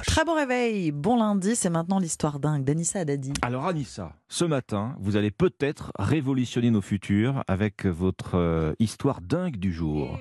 Roche. Très bon réveil, bon lundi, c'est maintenant l'histoire dingue d'Anissa Haddadi. Alors Anissa, ce matin, vous allez peut-être révolutionner nos futurs avec votre histoire dingue du jour.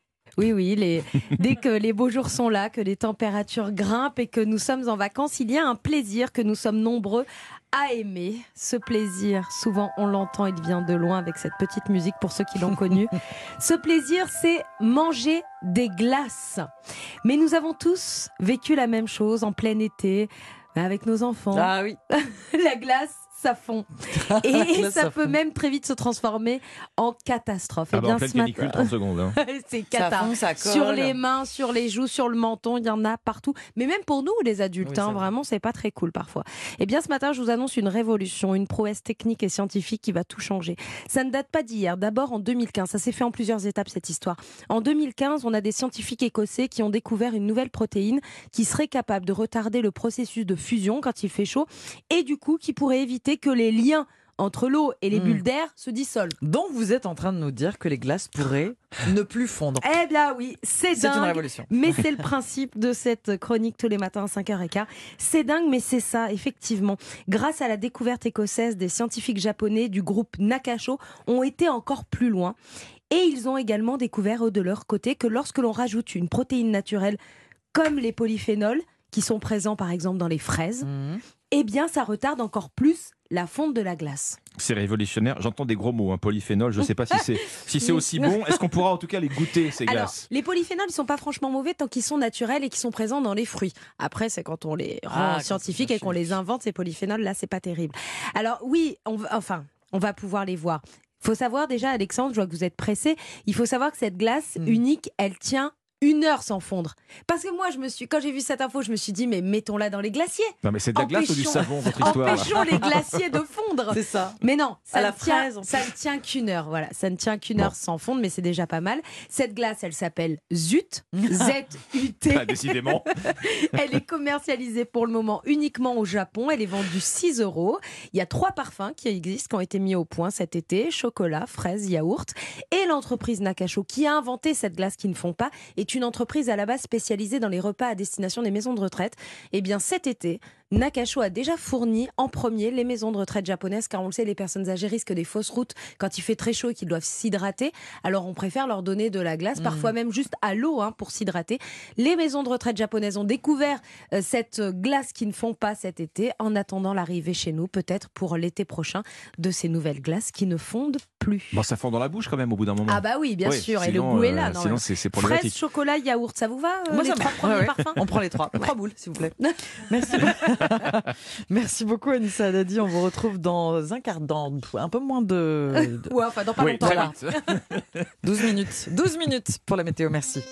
Oui, dès que les beaux jours sont là, que les températures grimpent et que nous sommes en vacances, il y a un plaisir que nous sommes nombreux à aimer. Ce plaisir, souvent on l'entend, il vient de loin avec cette petite musique pour ceux qui l'ont connu. Ce plaisir, c'est manger des glaces. Mais nous avons tous vécu la même chose en plein été, avec nos enfants. Ah oui. La glace, ça fond. Et Là, ça peut fond. même très vite se transformer en catastrophe. Ah Eh bah, bien, en pleine ce matin- canicule, 30 secondes. Hein. c'est Ça cata. fond, ça colle. Sur les mains, sur les joues, sur le menton, il y en a partout. Mais même pour nous, les adultes, Oui, c'est vrai. vraiment, c'est pas très cool parfois. Eh bien, ce matin, je vous annonce une révolution, une prouesse technique et scientifique qui va tout changer. Ça ne date pas d'hier. D'abord, en 2015, ça s'est fait en plusieurs étapes, cette histoire. En 2015, on a des scientifiques écossais qui ont découvert une nouvelle protéine qui serait capable de retarder le processus de fusion quand il fait chaud et du coup, qui pourrait éviter que les liens entre l'eau et les bulles d'air se dissolvent. Donc vous êtes en train de nous dire que les glaces pourraient ne plus fondre. Eh bien oui, c'est C'est une dingue. révolution. Mais c'est le principe de cette chronique tous les matins à 5h15. C'est dingue, mais c'est ça, effectivement. Grâce à la découverte écossaise, des scientifiques japonais du groupe Nakasho ont été encore plus loin. Et ils ont également découvert, eux, de leur côté, que lorsque l'on rajoute une protéine naturelle, comme les polyphénols, qui sont présents par exemple dans les fraises, eh bien ça retarde encore plus la fonte de la glace. C'est révolutionnaire. J'entends des gros mots, hein, polyphénol. Je ne sais pas si c'est aussi bon. Est-ce qu'on pourra en tout cas les goûter, ces Alors, glaces? les polyphénols, ils sont pas franchement mauvais tant qu'ils sont naturels et qu'ils sont présents dans les fruits. Après, c'est quand on les rend quand scientifiques c'est et qu'on les invente, ces polyphénols, là, c'est pas terrible. Alors oui, on va pouvoir les voir. Il faut savoir déjà, Alexandre, je vois que vous êtes pressé, il faut savoir que cette glace unique, elle tient 1 heure sans fondre. Parce que moi, quand j'ai vu cette info, je me suis dit, mais mettons-la dans les glaciers. Non, mais c'est de la glace ou du Empêchons- savon, votre histoire? Empêchons les glaciers de fondre. C'est ça. Mais non, À la fraise, en ça ne tient qu'1 heure. Voilà, ça ne tient qu'1 heure sans fondre, mais c'est déjà pas mal. Cette glace, elle s'appelle Zut, Z-U-T. Ah, décidément. Elle est commercialisée pour le moment uniquement au Japon. Elle est vendue 6 €. Il y a 3 parfums qui existent, qui ont été mis au point cet été: chocolat, fraise, yaourt. Et l'entreprise Nakasho, qui a inventé cette glace qui ne fond pas, est une entreprise à la base spécialisée dans les repas à destination des maisons de retraite. Et bien cet été, Nakasho a déjà fourni en premier les maisons de retraite japonaises, car on le sait, les personnes âgées risquent des fausses routes quand il fait très chaud et qu'ils doivent s'hydrater. Alors on préfère leur donner de la glace, parfois même juste à l'eau pour s'hydrater. Les maisons de retraite japonaises ont découvert cette glace qui ne fond pas cet été, en attendant l'arrivée chez nous, peut-être pour l'été prochain, de ces nouvelles glaces qui ne fondent plus. Bon, ça fond dans la bouche quand même au bout d'un moment. Ah bah oui, bien Oui, sûr, et le sinon, goût est là. sinon, normalement. c'est problématique. Fraise, chocolat, yaourt, ça vous va Moi, les ça 3 va. premiers Ouais, ouais. parfums? On prend les 3. 3 boules, s'il vous plaît. Merci. Merci beaucoup, Anissa Haddadi. On vous retrouve dans un quart d'heure, un peu moins de Ouais, enfin, dans pas Oui, longtemps. très là. vite. 12 minutes. 12 minutes pour la météo. Merci.